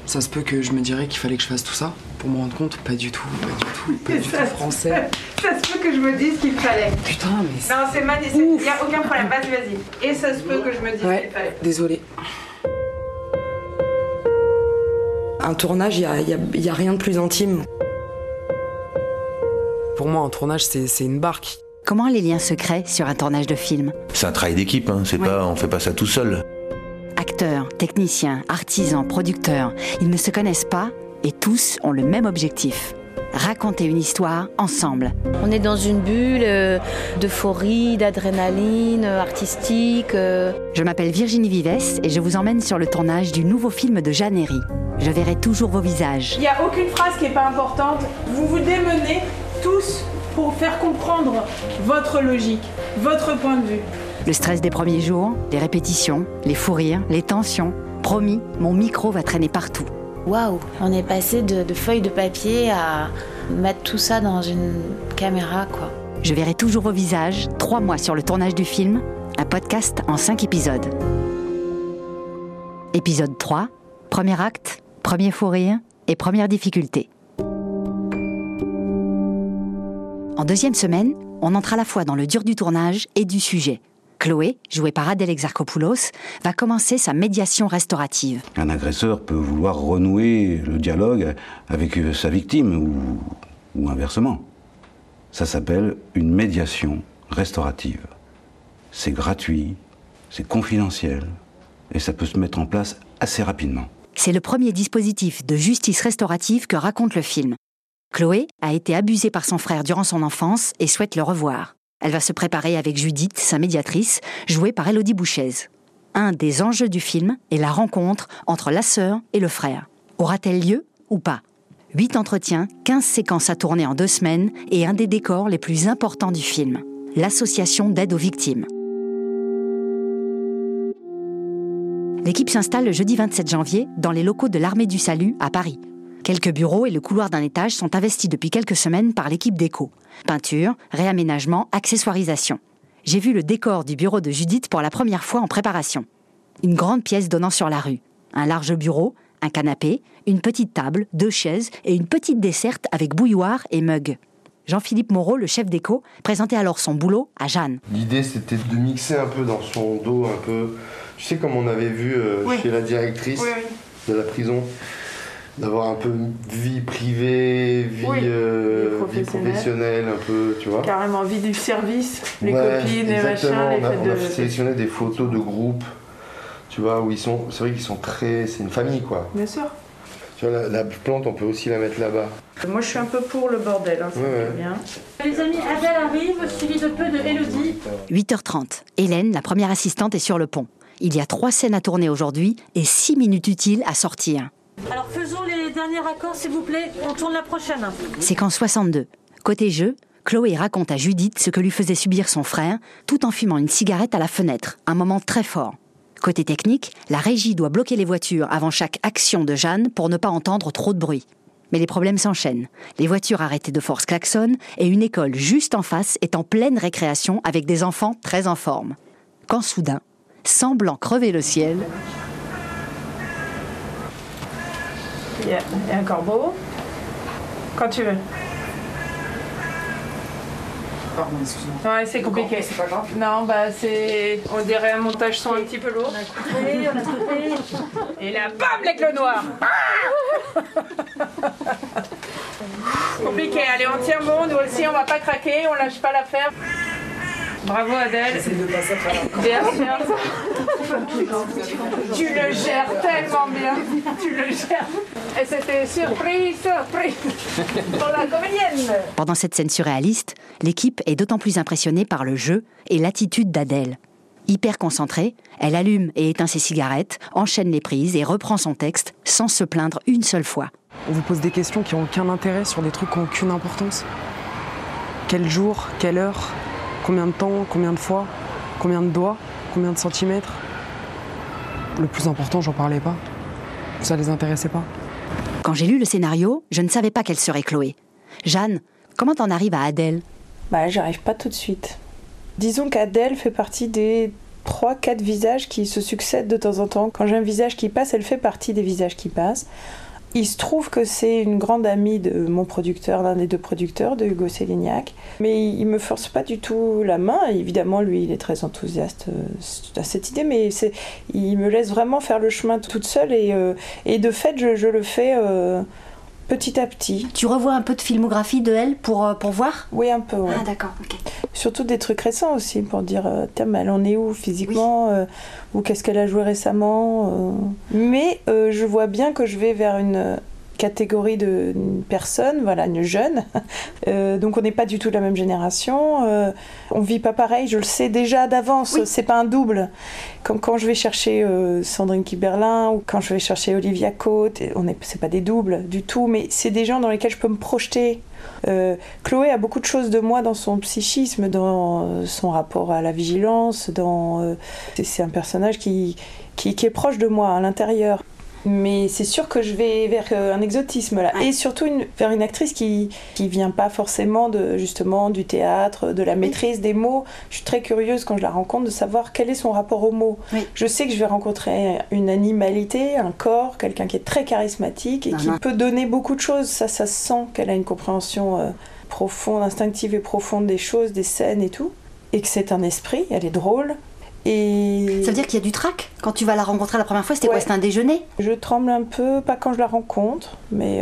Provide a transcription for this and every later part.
Ça se peut que je me dirais qu'il fallait que je fasse tout ça pour me rendre compte. Pas du tout français. Ça se peut que je me dise qu'il fallait. Putain, mais... Non, c'est magnifique, il n'y a aucun problème, vas-y. Et ça se peut que je me dise qu'il fallait. Désolée. Un tournage, il y a rien de plus intime. Pour moi, un tournage, c'est une barque. Comment les liens se créent sur un tournage de film ? C'est un travail d'équipe, hein. On fait pas ça tout seul. Acteurs, techniciens, artisans, producteurs, ils ne se connaissent pas et tous ont le même objectif. Raconter une histoire ensemble. On est dans une bulle d'euphorie, d'adrénaline, artistique. Je m'appelle Virginie Vives et je vous emmène sur le tournage du nouveau film de Jeanne Herry. Je verrai toujours vos visages. Il n'y a aucune phrase qui n'est pas importante. Vous vous démenez tous pour faire comprendre votre logique, votre point de vue. Le stress des premiers jours, les répétitions, les fous rires, les tensions. Promis, mon micro va traîner partout. Waouh, on est passé de feuilles de papier à mettre tout ça dans une caméra, quoi. Je verrai toujours vos visages, 3 mois sur le tournage du film, un podcast en 5 épisodes. Épisode 3, premier acte, premier fou rire et première difficulté. En 2e semaine, on entre à la fois dans le dur du tournage et du sujet. Chloé, jouée par Adèle Exarchopoulos, va commencer sa médiation restaurative. Un agresseur peut vouloir renouer le dialogue avec sa victime ou inversement. Ça s'appelle une médiation restaurative. C'est gratuit, c'est confidentiel et ça peut se mettre en place assez rapidement. C'est le premier dispositif de justice restaurative que raconte le film. Chloé a été abusée par son frère durant son enfance et souhaite le revoir. Elle va se préparer avec Judith, sa médiatrice, jouée par Élodie Bouchez. Un des enjeux du film est la rencontre entre la sœur et le frère. Aura-t-elle lieu ou pas ? 8 entretiens, 15 séquences à tourner en 2 semaines et un des décors les plus importants du film, l'association d'aide aux victimes. L'équipe s'installe le jeudi 27 janvier dans les locaux de l'Armée du Salut à Paris. Quelques bureaux et le couloir d'un étage sont investis depuis quelques semaines par l'équipe déco. Peinture, réaménagement, accessoirisation. J'ai vu le décor du bureau de Judith pour la première fois en préparation. Une grande pièce donnant sur la rue. Un large bureau, un canapé, une petite table, 2 chaises et une petite desserte avec bouilloire et mug. Jean-Philippe Moreau, le chef déco, présentait alors son boulot à Jeanne. L'idée, c'était de mixer un peu dans son dos, un peu... Tu sais, comme on avait vu chez la directrice de la prison, d'avoir un peu vie privée, vie professionnelle, un peu, tu vois. Carrément, vie du service, les copines, les machins, les fêtes de... On a sélectionné des photos de groupe, tu vois, où ils sont... C'est vrai qu'ils sont très... C'est une famille, quoi. Bien sûr. Tu vois, la plante, on peut aussi la mettre là-bas. Moi, je suis un peu pour le bordel, hein, ça me plaît bien. Les amis, Adèle arrive, suivi de peu de Élodie. 8h30. Hélène, la première assistante, est sur le pont. Il y a 3 scènes à tourner aujourd'hui et 6 minutes utiles à sortir. Alors faisons les derniers raccords, s'il vous plaît. On tourne la prochaine. Séquence 62. Côté jeu, Chloé raconte à Judith ce que lui faisait subir son frère, tout en fumant une cigarette à la fenêtre. Un moment très fort. Côté technique, la régie doit bloquer les voitures avant chaque action de Jeanne pour ne pas entendre trop de bruit. Mais les problèmes s'enchaînent. Les voitures arrêtées de force klaxonnent et une école juste en face est en pleine récréation avec des enfants très en forme. Quand soudain, semblant crever le ciel... Il y a un corbeau. Quand tu veux. Pardon, excuse-moi. Ouais, c'est compliqué. C'est pas grave. Non, bah c'est... On dirait un montage son un petit peu lourd. On a coupé. Et là, bam, l'aigle noir. Compliqué, allez, on tient bon, nous aussi, on va pas craquer, on lâche pas l'affaire. Bravo Adèle. J'essaie de passer à travers. Bien sûr. Tu le gères tellement bien. Tu le gères. Et c'était surprise pour la comédienne. Pendant cette scène surréaliste, l'équipe est d'autant plus impressionnée par le jeu et l'attitude d'Adèle. Hyper concentrée, elle allume et éteint ses cigarettes, enchaîne les prises et reprend son texte sans se plaindre une seule fois. On vous pose des questions qui n'ont aucun intérêt sur des trucs qui n'ont aucune importance. Quel jour, quelle heure, combien de temps, combien de fois, combien de doigts, combien de centimètres. Le plus important, j'en parlais pas. Ça les intéressait pas. Quand j'ai lu le scénario, je ne savais pas quelle serait Chloé. Jeanne, comment t'en arrives à Adèle ? J'y arrive pas tout de suite. Disons qu'Adèle fait partie des 3-4 visages qui se succèdent de temps en temps. Quand j'ai un visage qui passe, elle fait partie des visages qui passent. Il se trouve que c'est une grande amie de mon producteur, l'un des 2 producteurs, de Hugo Sélignac. Mais il me force pas du tout la main. Évidemment, lui, il est très enthousiaste à cette idée, mais il me laisse vraiment faire le chemin toute seule. Et de fait, je le fais petit à petit. Tu revois un peu de filmographie de elle pour voir ? Oui, un peu, ouais. Ah d'accord, ok. Surtout des trucs récents aussi, pour dire, tiens, mais elle en est où physiquement, ou qu'est-ce qu'elle a joué récemment. Mais je vois bien que je vais vers une catégorie d'une personne, voilà, une jeune. Donc on n'est pas du tout de la même génération. On vit pas pareil, je le sais déjà d'avance, c'est pas un double. Comme quand je vais chercher Sandrine Kiberlin ou quand je vais chercher Olivia Cote, c'est pas des doubles du tout, mais c'est des gens dans lesquels je peux me projeter. Chloé a beaucoup de choses de moi dans son psychisme, dans son rapport à la vigilance, c'est un personnage qui est proche de moi à l'intérieur. Mais c'est sûr que je vais vers un exotisme là, et surtout vers une actrice qui vient pas forcément justement du théâtre, de la maîtrise des mots. Je suis très curieuse quand je la rencontre de savoir quel est son rapport aux mots. Je sais que je vais rencontrer une animalité, un corps, quelqu'un qui est très charismatique et qui peut donner beaucoup de choses. Ça se sent qu'elle a une compréhension profonde, instinctive et profonde des choses, des scènes et tout, et que c'est un esprit. Elle est drôle. Et... Ça veut dire qu'il y a du trac quand tu vas la rencontrer la première fois, c'était quoi ? C'était un déjeuner ? Je tremble un peu, pas quand je la rencontre, mais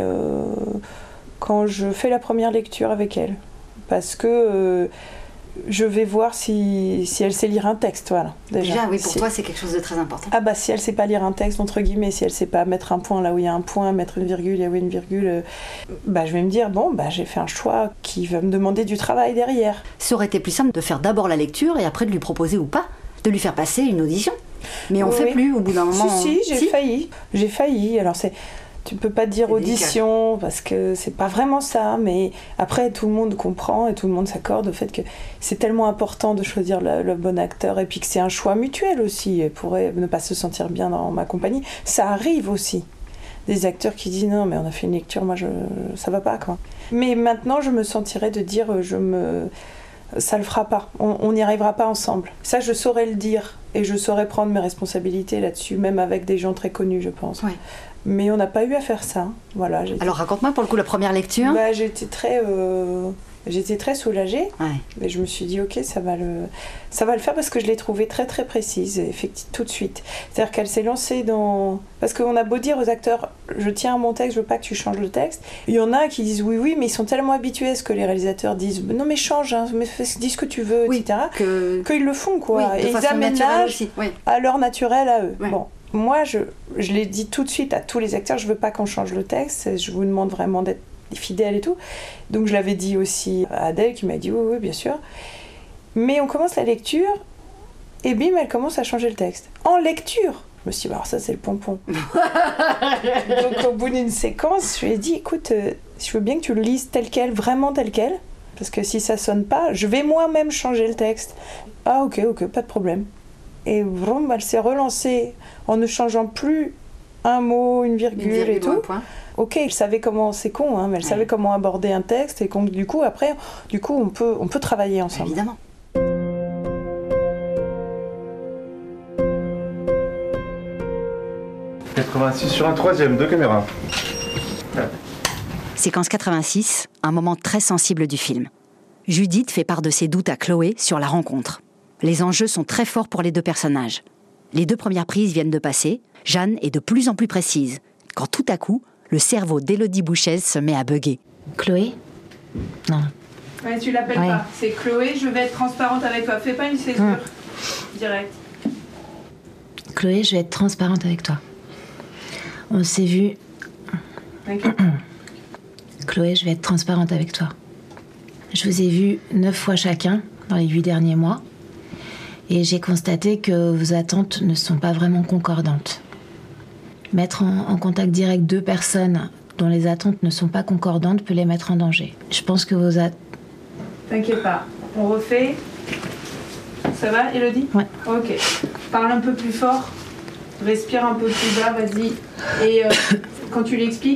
quand je fais la première lecture avec elle. Parce que je vais voir si elle sait lire un texte, voilà. Déjà oui, pour toi, c'est quelque chose de très important. Ah bah si elle sait pas lire un texte, entre guillemets, si elle sait pas mettre un point là où il y a un point, mettre une virgule là où il y a une virgule, je vais me dire, j'ai fait un choix qui va me demander du travail derrière. Ça aurait été plus simple de faire d'abord la lecture et après de lui proposer ou pas de lui faire passer une audition. Mais on fait plus au bout d'un moment. Si, j'ai failli. Alors tu peux pas dire audition parce que c'est pas vraiment ça, mais après tout le monde comprend et tout le monde s'accorde au fait que c'est tellement important de choisir le bon acteur et puis que c'est un choix mutuel aussi. Elle pourrait ne pas se sentir bien dans ma compagnie. Ça arrive aussi. Des acteurs qui disent non mais on a fait une lecture, moi ça va pas quoi. Mais maintenant je me sentirais de dire ça le fera pas, on n'y arrivera pas ensemble. Ça, je saurais le dire et je saurais prendre mes responsabilités là-dessus, même avec des gens très connus, je pense. Ouais. Mais on n'a pas eu à faire ça. Voilà. Alors raconte-moi pour le coup la première lecture. J'étais très soulagée. Ouais. Et je me suis dit ok, ça va le faire parce que je l'ai trouvée très très précise, effectivement, tout de suite. C'est-à-dire qu'elle s'est lancée dans... Parce qu'on a beau dire aux acteurs, je tiens à mon texte, je veux pas que tu changes le texte. Il y en a qui disent oui, mais ils sont tellement habitués à ce que les réalisateurs disent non mais change, hein, mais dis ce que tu veux, etc. Qu'ils le font quoi. Oui, et ils aménagent à leur naturel à eux. Ouais. Bon. Moi, je l'ai dit tout de suite à tous les acteurs, je veux pas qu'on change le texte, je vous demande vraiment d'être fidèle et tout. Donc je l'avais dit aussi à Adèle qui m'a dit oui, bien sûr. Mais on commence la lecture et bim, elle commence à changer le texte. En lecture. Je me suis dit, alors ça c'est le pompon. Donc au bout d'une séquence, je lui ai dit, écoute, je veux bien que tu le lises tel quel, vraiment tel quel. Parce que si ça sonne pas, je vais moi-même changer le texte. Ah ok, pas de problème. Et vraiment, elle s'est relancée en ne changeant plus un mot, une virgule et tout. Ok, elle savait comment, c'est con, hein, mais elle savait comment aborder un texte et du coup, après, on peut travailler ensemble. Évidemment. « 86 sur un troisième, 2 caméras. » Séquence 86, un moment très sensible du film. Judith fait part de ses doutes à Chloé sur la rencontre. Les enjeux sont très forts pour les 2 personnages. Les 2 premières prises viennent de passer. Jeanne est de plus en plus précise, quand tout à coup, le cerveau d'Élodie Bouchez se met à bugger. Chloé ? Non. Ouais, tu l'appelles pas. C'est Chloé, je vais être transparente avec toi. Fais pas une césure directe. Chloé, je vais être transparente avec toi. On s'est vu... Chloé, je vais être transparente avec toi. Je vous ai vu 9 fois chacun dans les 8 derniers mois. Et j'ai constaté que vos attentes ne sont pas vraiment concordantes. Mettre en contact direct 2 personnes dont les attentes ne sont pas concordantes peut les mettre en danger. Je pense que vos attentes... T'inquiète pas, on refait. Ça va, Élodie ? Ouais. Ok. Parle un peu plus fort, respire un peu plus bas, vas-y. Et quand tu l'expliques,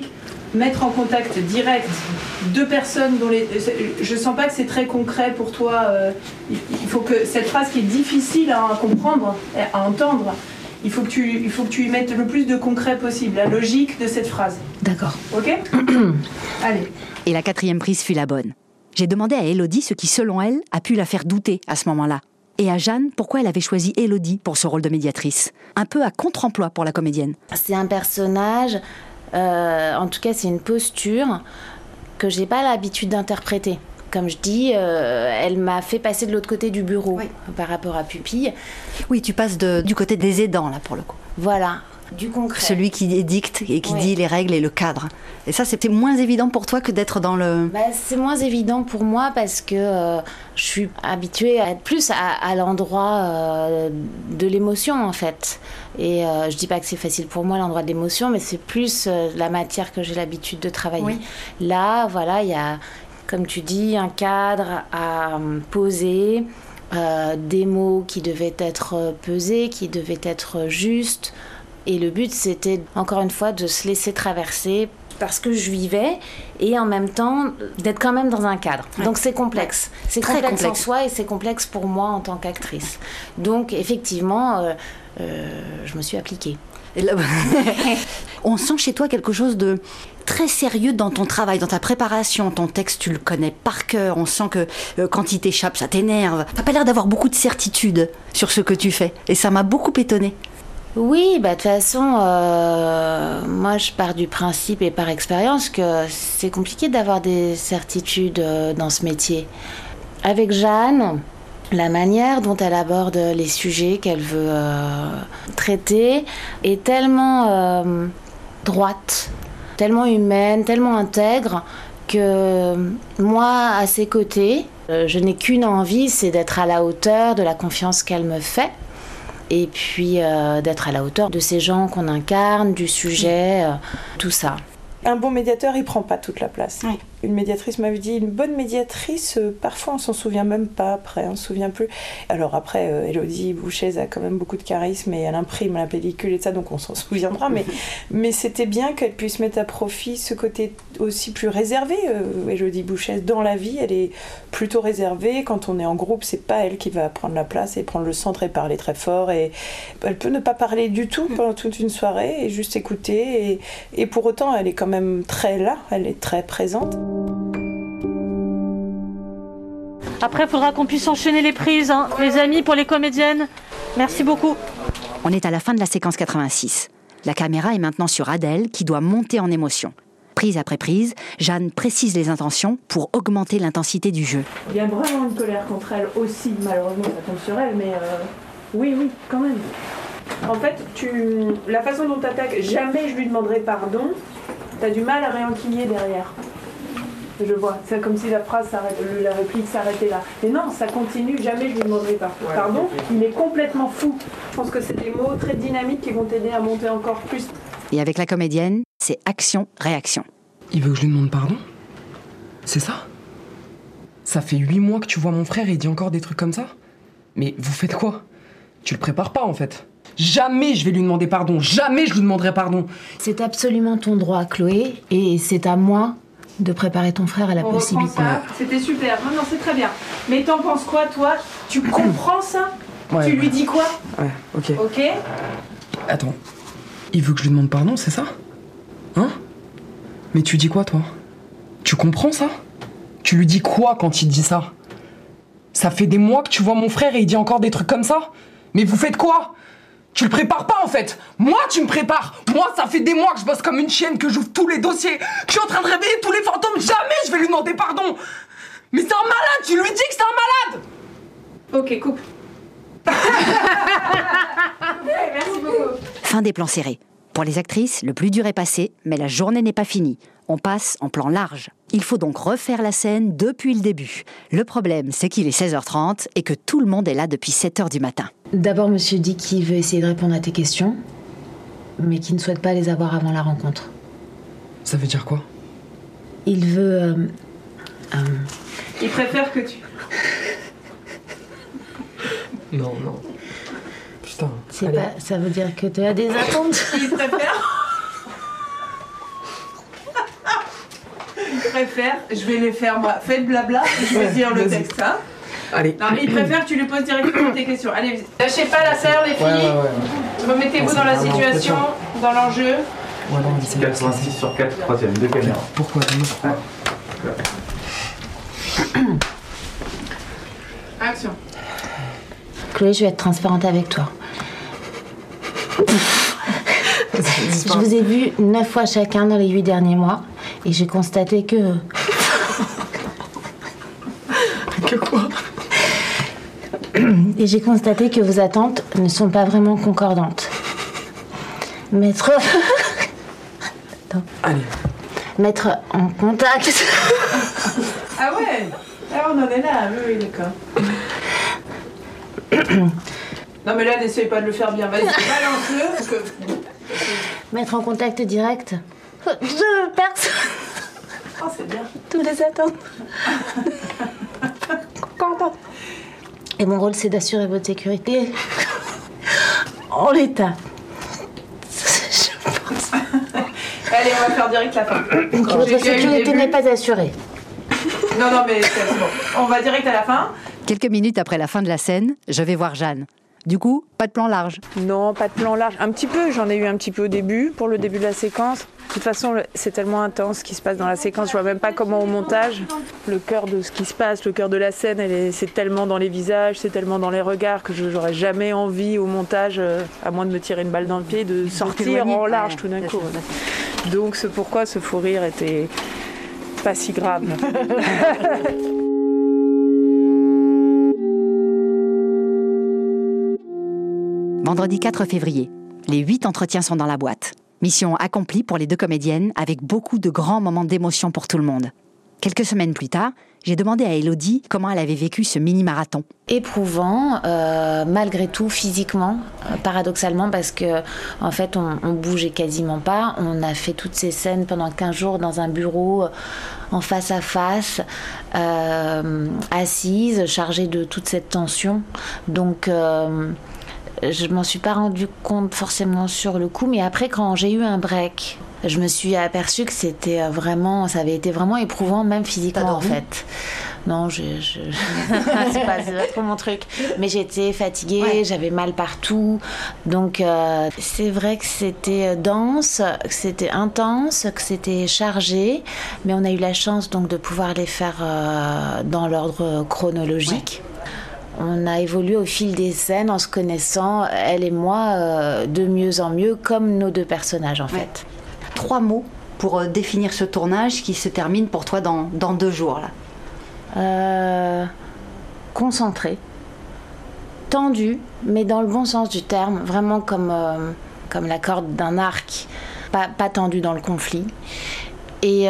mettre en contact direct deux personnes dont je sens pas que c'est très concret pour toi. Il faut que cette phrase qui est difficile à comprendre, à entendre, il faut que tu y mettes le plus de concret possible, la logique de cette phrase. D'accord. Ok. Allez. Et la 4e prise fut la bonne. J'ai demandé à Élodie ce qui, selon elle, a pu la faire douter à ce moment-là. Et à Jeanne, pourquoi elle avait choisi Élodie pour ce rôle de médiatrice. Un peu à contre-emploi pour la comédienne. C'est un personnage, en tout cas c'est une posture que j'ai pas l'habitude d'interpréter. Comme je dis, elle m'a fait passer de l'autre côté du bureau par rapport à Pupille. Oui, tu passes du côté des aidants, là, pour le coup. Voilà, du concret. Celui qui édicte et qui dit les règles et le cadre. Et ça, c'était moins évident pour toi que d'être dans le... C'est moins évident pour moi parce que je suis habituée à être plus à l'endroit de l'émotion, en fait. Et je dis pas que c'est facile pour moi, l'endroit de l'émotion, mais c'est plus la matière que j'ai l'habitude de travailler. Oui. Là, voilà, il y a... Comme tu dis, un cadre à poser, des mots qui devaient être pesés, qui devaient être justes. Et le but, c'était, encore une fois, de se laisser traverser parce que je vivais et en même temps d'être quand même dans un cadre. Ouais. Donc c'est complexe. C'est très complexe en soi et c'est complexe pour moi en tant qu'actrice. Donc effectivement, je me suis appliquée. Et là, on sent chez toi quelque chose de très sérieux dans ton travail, dans ta préparation. Ton texte, tu le connais par cœur. On sent que quand il t'échappe, ça t'énerve. T'as pas l'air d'avoir beaucoup de certitude sur ce que tu fais. Et ça m'a beaucoup étonnée. Oui, de toute façon, moi je pars du principe et par expérience que c'est compliqué d'avoir des certitudes dans ce métier. Avec Jeanne, la manière dont elle aborde les sujets qu'elle veut traiter est tellement droite, tellement humaine, tellement intègre que moi, à ses côtés, je n'ai qu'une envie, c'est d'être à la hauteur de la confiance qu'elle me fait et puis d'être à la hauteur de ces gens qu'on incarne, du sujet, tout ça. Un bon médiateur, il prend pas toute la place. Oui. Une médiatrice m'avait dit, une bonne médiatrice, parfois on s'en souvient même pas après, on se souvient plus. Alors après, Élodie Bouchez a quand même beaucoup de charisme et elle imprime la pellicule et ça, donc on s'en souviendra. Mais c'était bien qu'elle puisse mettre à profit ce côté aussi plus réservé. Élodie Bouchez, dans la vie, elle est plutôt réservée. Quand on est en groupe, c'est pas elle qui va prendre la place et prendre le centre et parler très fort. Et elle peut ne pas parler du tout pendant toute une soirée et juste écouter. Et pour autant, elle est quand même très là, elle est très présente. Après, il faudra qu'on puisse enchaîner les prises, hein, les amis, pour les comédiennes. Merci beaucoup. On est à la fin de la séquence 86. La caméra est maintenant sur Adèle, qui doit monter en émotion. Prise après prise, Jeanne précise les intentions pour augmenter l'intensité du jeu. Il y a vraiment une colère contre elle aussi, malheureusement, ça tombe sur elle, mais oui, quand même. En fait, la façon dont tu attaques, jamais je lui demanderai pardon, t'as du mal à réenquiller derrière. Je vois, c'est comme si la phrase s'arrête, la réplique s'arrêtait là. Mais non, ça continue, jamais je lui demanderai pardon. Il est complètement fou. Je pense que c'est des mots très dynamiques qui vont t'aider à monter encore plus. Et avec la comédienne, c'est action-réaction. Il veut que je lui demande pardon ? C'est ça ? Ça fait 8 mois que tu vois mon frère et il dit encore des trucs comme ça ? Mais vous faites quoi ? Tu le prépares pas en fait. Jamais je vais lui demander pardon, jamais je lui demanderai pardon. C'est absolument ton droit, Chloé, et c'est à moi de préparer ton frère à la possibilité. Ça. C'était super, non, c'est très bien. Mais t'en penses quoi, toi ? Tu comprends ça ? Tu lui dis quoi ? Ouais, ok. Ok ? Attends, il veut que je lui demande pardon, c'est ça ? Hein ? Mais tu dis quoi, toi ? Tu comprends ça ? Tu lui dis quoi quand il dit ça ? Ça fait des mois que tu vois mon frère et il dit encore des trucs comme ça ? Mais vous faites quoi ? Tu le prépares pas en fait. Moi tu me prépares. Moi ça fait des mois que je bosse comme une chienne, que j'ouvre tous les dossiers, que je suis en train de réveiller tous les fantômes. Jamais je vais lui demander pardon. Mais c'est un malade, tu lui dis que c'est un malade. Ok, coupe. Merci beaucoup. Fin des plans serrés. Pour les actrices, le plus dur est passé, mais la journée n'est pas finie. On passe en plan large. Il faut donc refaire la scène depuis le début. Le problème, c'est qu'il est 16h30 et que tout le monde est là depuis 7h du matin. D'abord, monsieur dit qu'il veut essayer de répondre à tes questions, mais qu'il ne souhaite pas les avoir avant la rencontre. Ça veut dire quoi ? Il veut... Il préfère que tu... Non. Putain. Ça veut dire que tu as des attentes. Il préfère... préfère, je vais les faire moi. Faites blabla, je vais dire le texte. Hein. Allez. Non, il préfère que tu lui poses directement tes questions. Allez, lâchez pas la serre, les filles. Remettez-vous dans la situation, dans l'enjeu. 86 sur 4, troisième, 2 caméras. Pourquoi Action. Chloé, je vais être transparente avec toi. Je vous ai vu 9 fois chacun dans les 8 derniers mois et j'ai constaté que... Que quoi? Et j'ai constaté que vos attentes ne sont pas vraiment concordantes. Mettre... Allez. Mettre en contact... Ah ouais. Ah, on en est là, oui, d'accord. Non mais là, n'essaye pas de le faire bien. Vas-y, balance-le. Parce que... Mettre en contact direct de personnes. Oh, c'est bien. Toutes les attentes. Et mon rôle, c'est d'assurer votre sécurité en l'état. Je pense. Allez, on va faire direct la fin. Votre sécurité n'est pas assurée. Non, mais c'est bon. On va direct à la fin. Quelques minutes après la fin de la scène, je vais voir Jeanne. Du coup, pas de plan large. Non, pas de plan large. Un petit peu, j'en ai eu un petit peu au début, pour le début de la séquence. De toute façon, c'est tellement intense ce qui se passe dans la séquence, je vois même pas comment au montage. Le cœur de ce qui se passe, le cœur de la scène, c'est tellement dans les visages, c'est tellement dans les regards que j'aurais jamais envie au montage, à moins de me tirer une balle dans le pied, de sortir en large tout d'un coup. Donc c'est pourquoi ce fou rire était pas si grave. Vendredi 4 février, les 8 entretiens sont dans la boîte. Mission accomplie pour les 2 comédiennes, avec beaucoup de grands moments d'émotion pour tout le monde. Quelques semaines plus tard, j'ai demandé à Élodie comment elle avait vécu ce mini-marathon. Éprouvant, malgré tout, physiquement, paradoxalement, parce que en fait, on bougeait quasiment pas. On a fait toutes ces scènes pendant 15 jours dans un bureau, en face à face, assise, chargée de toute cette tension. Donc... je m'en suis pas rendu compte forcément sur le coup, mais après quand j'ai eu un break, je me suis aperçue que ça avait été vraiment éprouvant, même physiquement en fait. Non, c'est pas trop mon truc. Mais j'étais fatiguée, j'avais mal partout. Donc c'est vrai que c'était dense, que c'était intense, que c'était chargé, mais on a eu la chance donc de pouvoir les faire dans l'ordre chronologique. On a évolué au fil des scènes en se connaissant, elle et moi, de mieux en mieux, comme nos 2 personnages en fait. 3 mots pour définir ce tournage qui se termine pour toi dans 2 jours. Là. Concentré, tendu, mais dans le bon sens du terme, vraiment comme la corde d'un arc, pas tendu dans le conflit. Et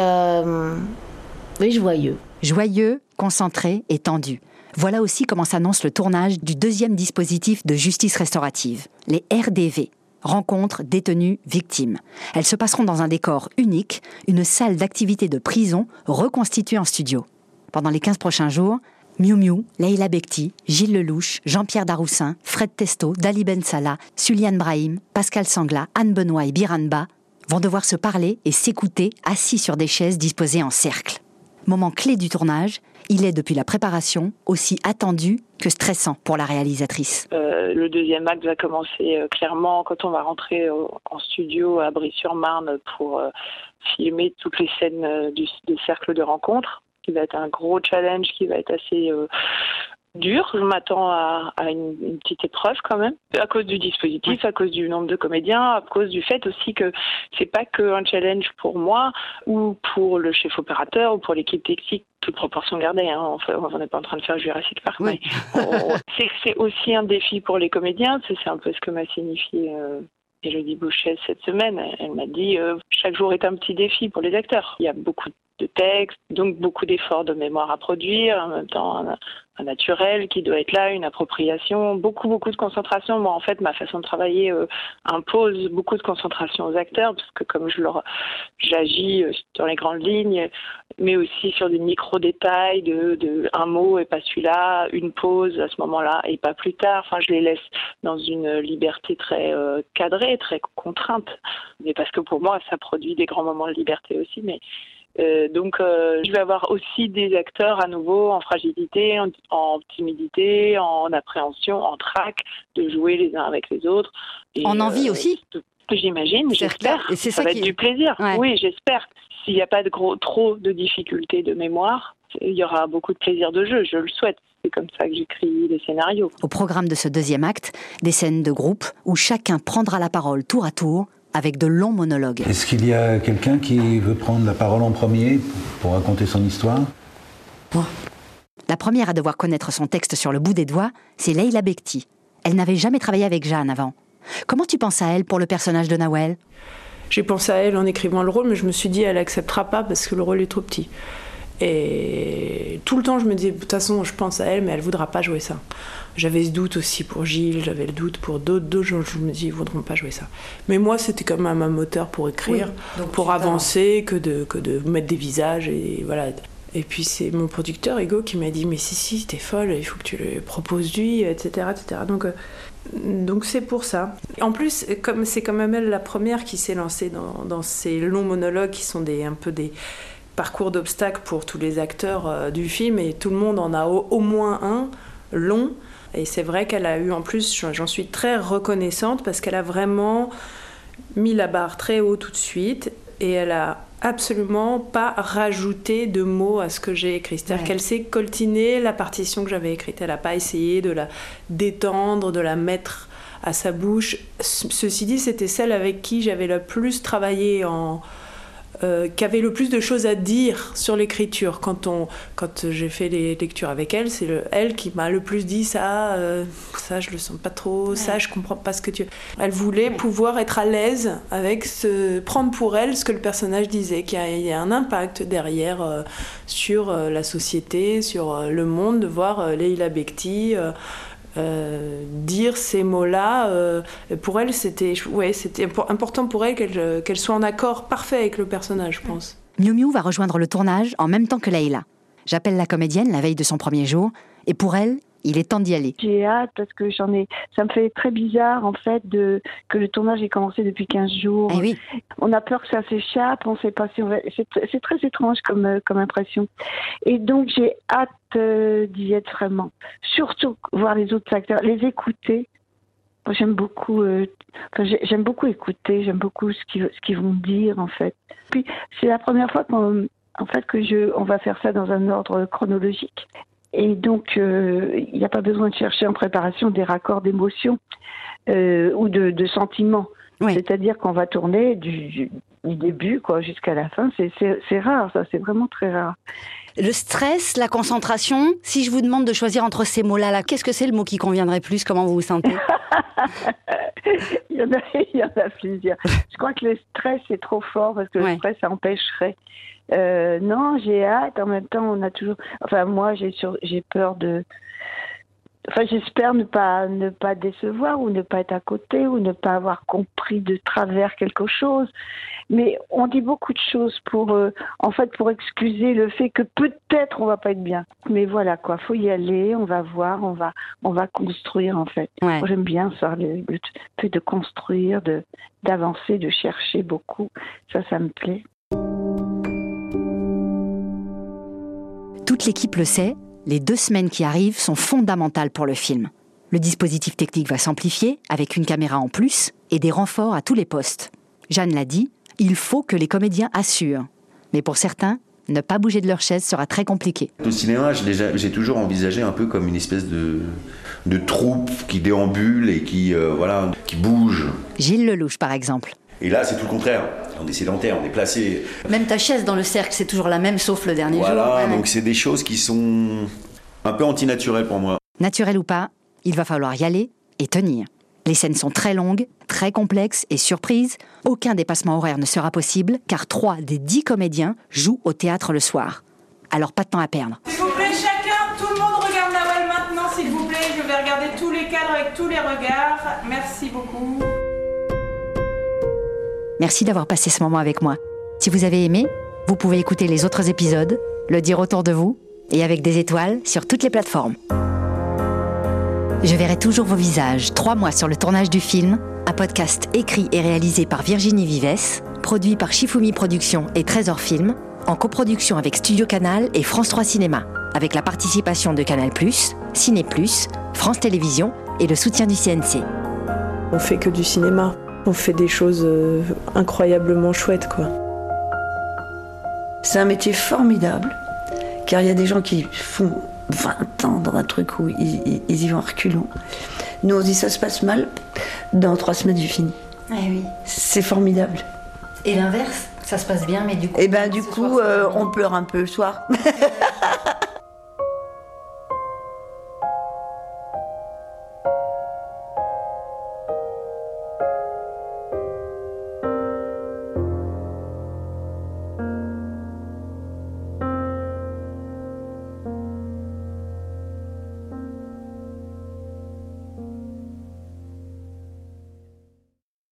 oui, joyeux. Joyeux, concentré et tendu. Voilà aussi comment s'annonce le tournage du 2e dispositif de justice restaurative, les RDV, rencontres détenus victimes. Elles se passeront dans un décor unique, une salle d'activité de prison reconstituée en studio. Pendant les 15 prochains jours, Miu Miu, Leïla Bekti, Gilles Lelouch, Jean-Pierre Daroussin, Fred Testo, Dali Ben Salah, Suliane Brahim, Pascal Sangla, Anne Benoît et Biranba vont devoir se parler et s'écouter assis sur des chaises disposées en cercle. Moment clé du tournage, il est depuis la préparation aussi attendu que stressant pour la réalisatrice. Le 2e acte va commencer clairement quand on va rentrer en studio à Brie-sur-Marne pour filmer toutes les scènes du cercle de rencontre, qui va être un gros challenge, qui va être assez dur. Je m'attends à une petite épreuve quand même, à cause du dispositif, à cause du nombre de comédiens, à cause du fait aussi que c'est pas qu'un challenge pour moi ou pour le chef opérateur ou pour l'équipe technique, toute proportion gardée, hein. On n'est pas en train de faire Jurassic Park, mais c'est aussi un défi pour les comédiens. C'est un peu ce que m'a signifié Élodie Bouchet cette semaine. Elle m'a dit chaque jour est un petit défi pour les acteurs. Il y a beaucoup de textes, donc beaucoup d'efforts de mémoire à produire, en même temps un naturel qui doit être là, une appropriation, beaucoup de concentration. Moi, en fait, ma façon de travailler impose beaucoup de concentration aux acteurs, parce que comme j'agis dans les grandes lignes, mais aussi sur des micro-détails de un mot et pas celui-là, une pause à ce moment-là et pas plus tard. Enfin, je les laisse dans une liberté très cadrée, très contrainte. Mais parce que pour moi, ça produit des grands moments de liberté aussi, mais Donc je vais avoir aussi des acteurs à nouveau en fragilité, en timidité, en appréhension, en trac, de jouer les uns avec les autres. Et, en envie aussi. J'imagine, j'espère. Et c'est ça va être du plaisir. Ouais. Oui, j'espère. S'il n'y a pas trop de difficultés de mémoire, il y aura beaucoup de plaisir de jeu, je le souhaite. C'est comme ça que j'écris les scénarios. Au programme de ce 2e acte, des scènes de groupe où chacun prendra la parole tour à tour avec de longs monologues. Est-ce qu'il y a quelqu'un qui veut prendre la parole en premier pour raconter son histoire ? Moi. La première à devoir connaître son texte sur le bout des doigts, c'est Leïla Bekti. Elle n'avait jamais travaillé avec Jeanne avant. Comment tu penses à elle pour le personnage de Nawel ? J'ai pensé à elle en écrivant le rôle, mais je me suis dit elle acceptera pas parce que le rôle est trop petit. Et tout le temps je me disais de toute façon je pense à elle, mais elle voudra pas jouer ça. J'avais ce doute aussi pour Gilles, j'avais le doute pour d'autres gens, je me dis ils voudront pas jouer ça. Mais moi c'était quand même un moteur pour écrire, pour avancer, que de mettre des visages et voilà. Et puis c'est mon producteur Ego qui m'a dit mais si t'es folle, il faut que tu le proposes lui, etc. Donc c'est pour ça. En plus, comme c'est quand même elle la première qui s'est lancée dans ces longs monologues qui sont un peu des parcours d'obstacles pour tous les acteurs du film, et tout le monde en a au moins un long. Et c'est vrai qu'elle a eu, en plus, j'en suis très reconnaissante parce qu'elle a vraiment mis la barre très haut tout de suite et elle a absolument pas rajouté de mots à ce que j'ai écrit. C'est-à-dire qu'elle s'est coltinée la partition que j'avais écrite. Elle n'a pas essayé de la détendre, de la mettre à sa bouche. Ceci dit, c'était celle avec qui j'avais le plus travaillé qui avait le plus de choses à dire sur l'écriture. Quand j'ai fait les lectures avec elle, c'est elle qui m'a le plus dit ça je le sens pas trop, ça je comprends pas ce que tu... Elle voulait pouvoir être à l'aise avec prendre pour elle ce que le personnage disait, qu'il y a un impact derrière sur la société, sur le monde, de voir Leïla Bekti dire ces mots-là, pour elle c'était important pour elle qu'elle soit en accord parfait avec le personnage, je pense. Miu Miu va rejoindre le tournage en même temps que Leïla. J'appelle la comédienne la veille de son premier jour, et pour elle, il est temps d'y aller. J'ai hâte parce que ça me fait très bizarre en fait que le tournage ait commencé depuis 15 jours. Eh oui. On a peur que ça s'échappe, on ne sait pas si c'est très étrange comme impression. Et donc j'ai hâte d'y être vraiment. Surtout voir les autres acteurs, les écouter. J'aime beaucoup écouter, j'aime beaucoup ce qu'ils vont dire en fait. Puis c'est la première fois qu'on va faire ça dans un ordre chronologique. Et donc, il n'y a pas besoin de chercher en préparation des raccords d'émotions ou de sentiments. Oui. C'est-à-dire qu'on va tourner du début jusqu'à la fin. C'est rare, ça, c'est vraiment très rare. Le stress, la concentration, si je vous demande de choisir entre ces mots-là, qu'est-ce que c'est le mot qui conviendrait plus ? Comment vous vous sentez ? Il y en a plusieurs. Je crois que le stress est trop fort parce que le stress, ça empêcherait. Non, j'ai hâte. En même temps, on a toujours... Enfin, moi, j'ai peur de... Enfin, j'espère ne pas décevoir ou ne pas être à côté ou ne pas avoir compris de travers quelque chose. Mais on dit beaucoup de choses pour excuser le fait que peut-être on va pas être bien. Mais voilà, faut y aller, on va voir, on va construire, en fait. Ouais. Moi, j'aime bien ça, le fait de construire, d'avancer, de chercher beaucoup. Ça me plaît. Toute l'équipe le sait, les 2 semaines qui arrivent sont fondamentales pour le film. Le dispositif technique va s'amplifier avec une caméra en plus et des renforts à tous les postes. Jeanne l'a dit, il faut que les comédiens assurent. Mais pour certains, ne pas bouger de leur chaise sera très compliqué. Le cinéma, j'ai toujours envisagé un peu comme une espèce de troupe qui déambule et qui bouge. Gilles Lelouch, par exemple. Et là, c'est tout le contraire. On est sédentaire, on est placé. Même ta chaise dans le cercle, c'est toujours la même, sauf le dernier jour. Voilà, donc c'est des choses qui sont un peu antinaturelles pour moi. Naturel ou pas, il va falloir y aller et tenir. Les scènes sont très longues, très complexes et surprise. Aucun dépassement horaire ne sera possible, car 3 des 10 comédiens jouent au théâtre le soir. Alors pas de temps à perdre. S'il vous plaît, chacun, tout le monde regarde Nawel maintenant, s'il vous plaît. Je vais regarder tous les cadres avec tous les regards. Merci beaucoup. Merci d'avoir passé ce moment avec moi. Si vous avez aimé, vous pouvez écouter les autres épisodes, le dire autour de vous, et avec des étoiles sur toutes les plateformes. Je verrai toujours vos visages 3 mois sur le tournage du film, un podcast écrit et réalisé par Virginie Vives, produit par Shifumi Productions et Trésor Film, en coproduction avec Studio Canal et France 3 Cinéma, avec la participation de Canal+, Ciné+, France Télévisions et le soutien du CNC. On fait que du cinéma, on fait des choses incroyablement chouettes, quoi. C'est un métier formidable, car il y a des gens qui font 20 ans dans un truc où ils y vont en reculons. Nous, on dit ça se passe mal, dans 3 semaines, j'ai fini. Ah oui. C'est formidable. Et l'inverse, ça se passe bien, mais du coup... Et ben du coup, on pleure un peu le soir.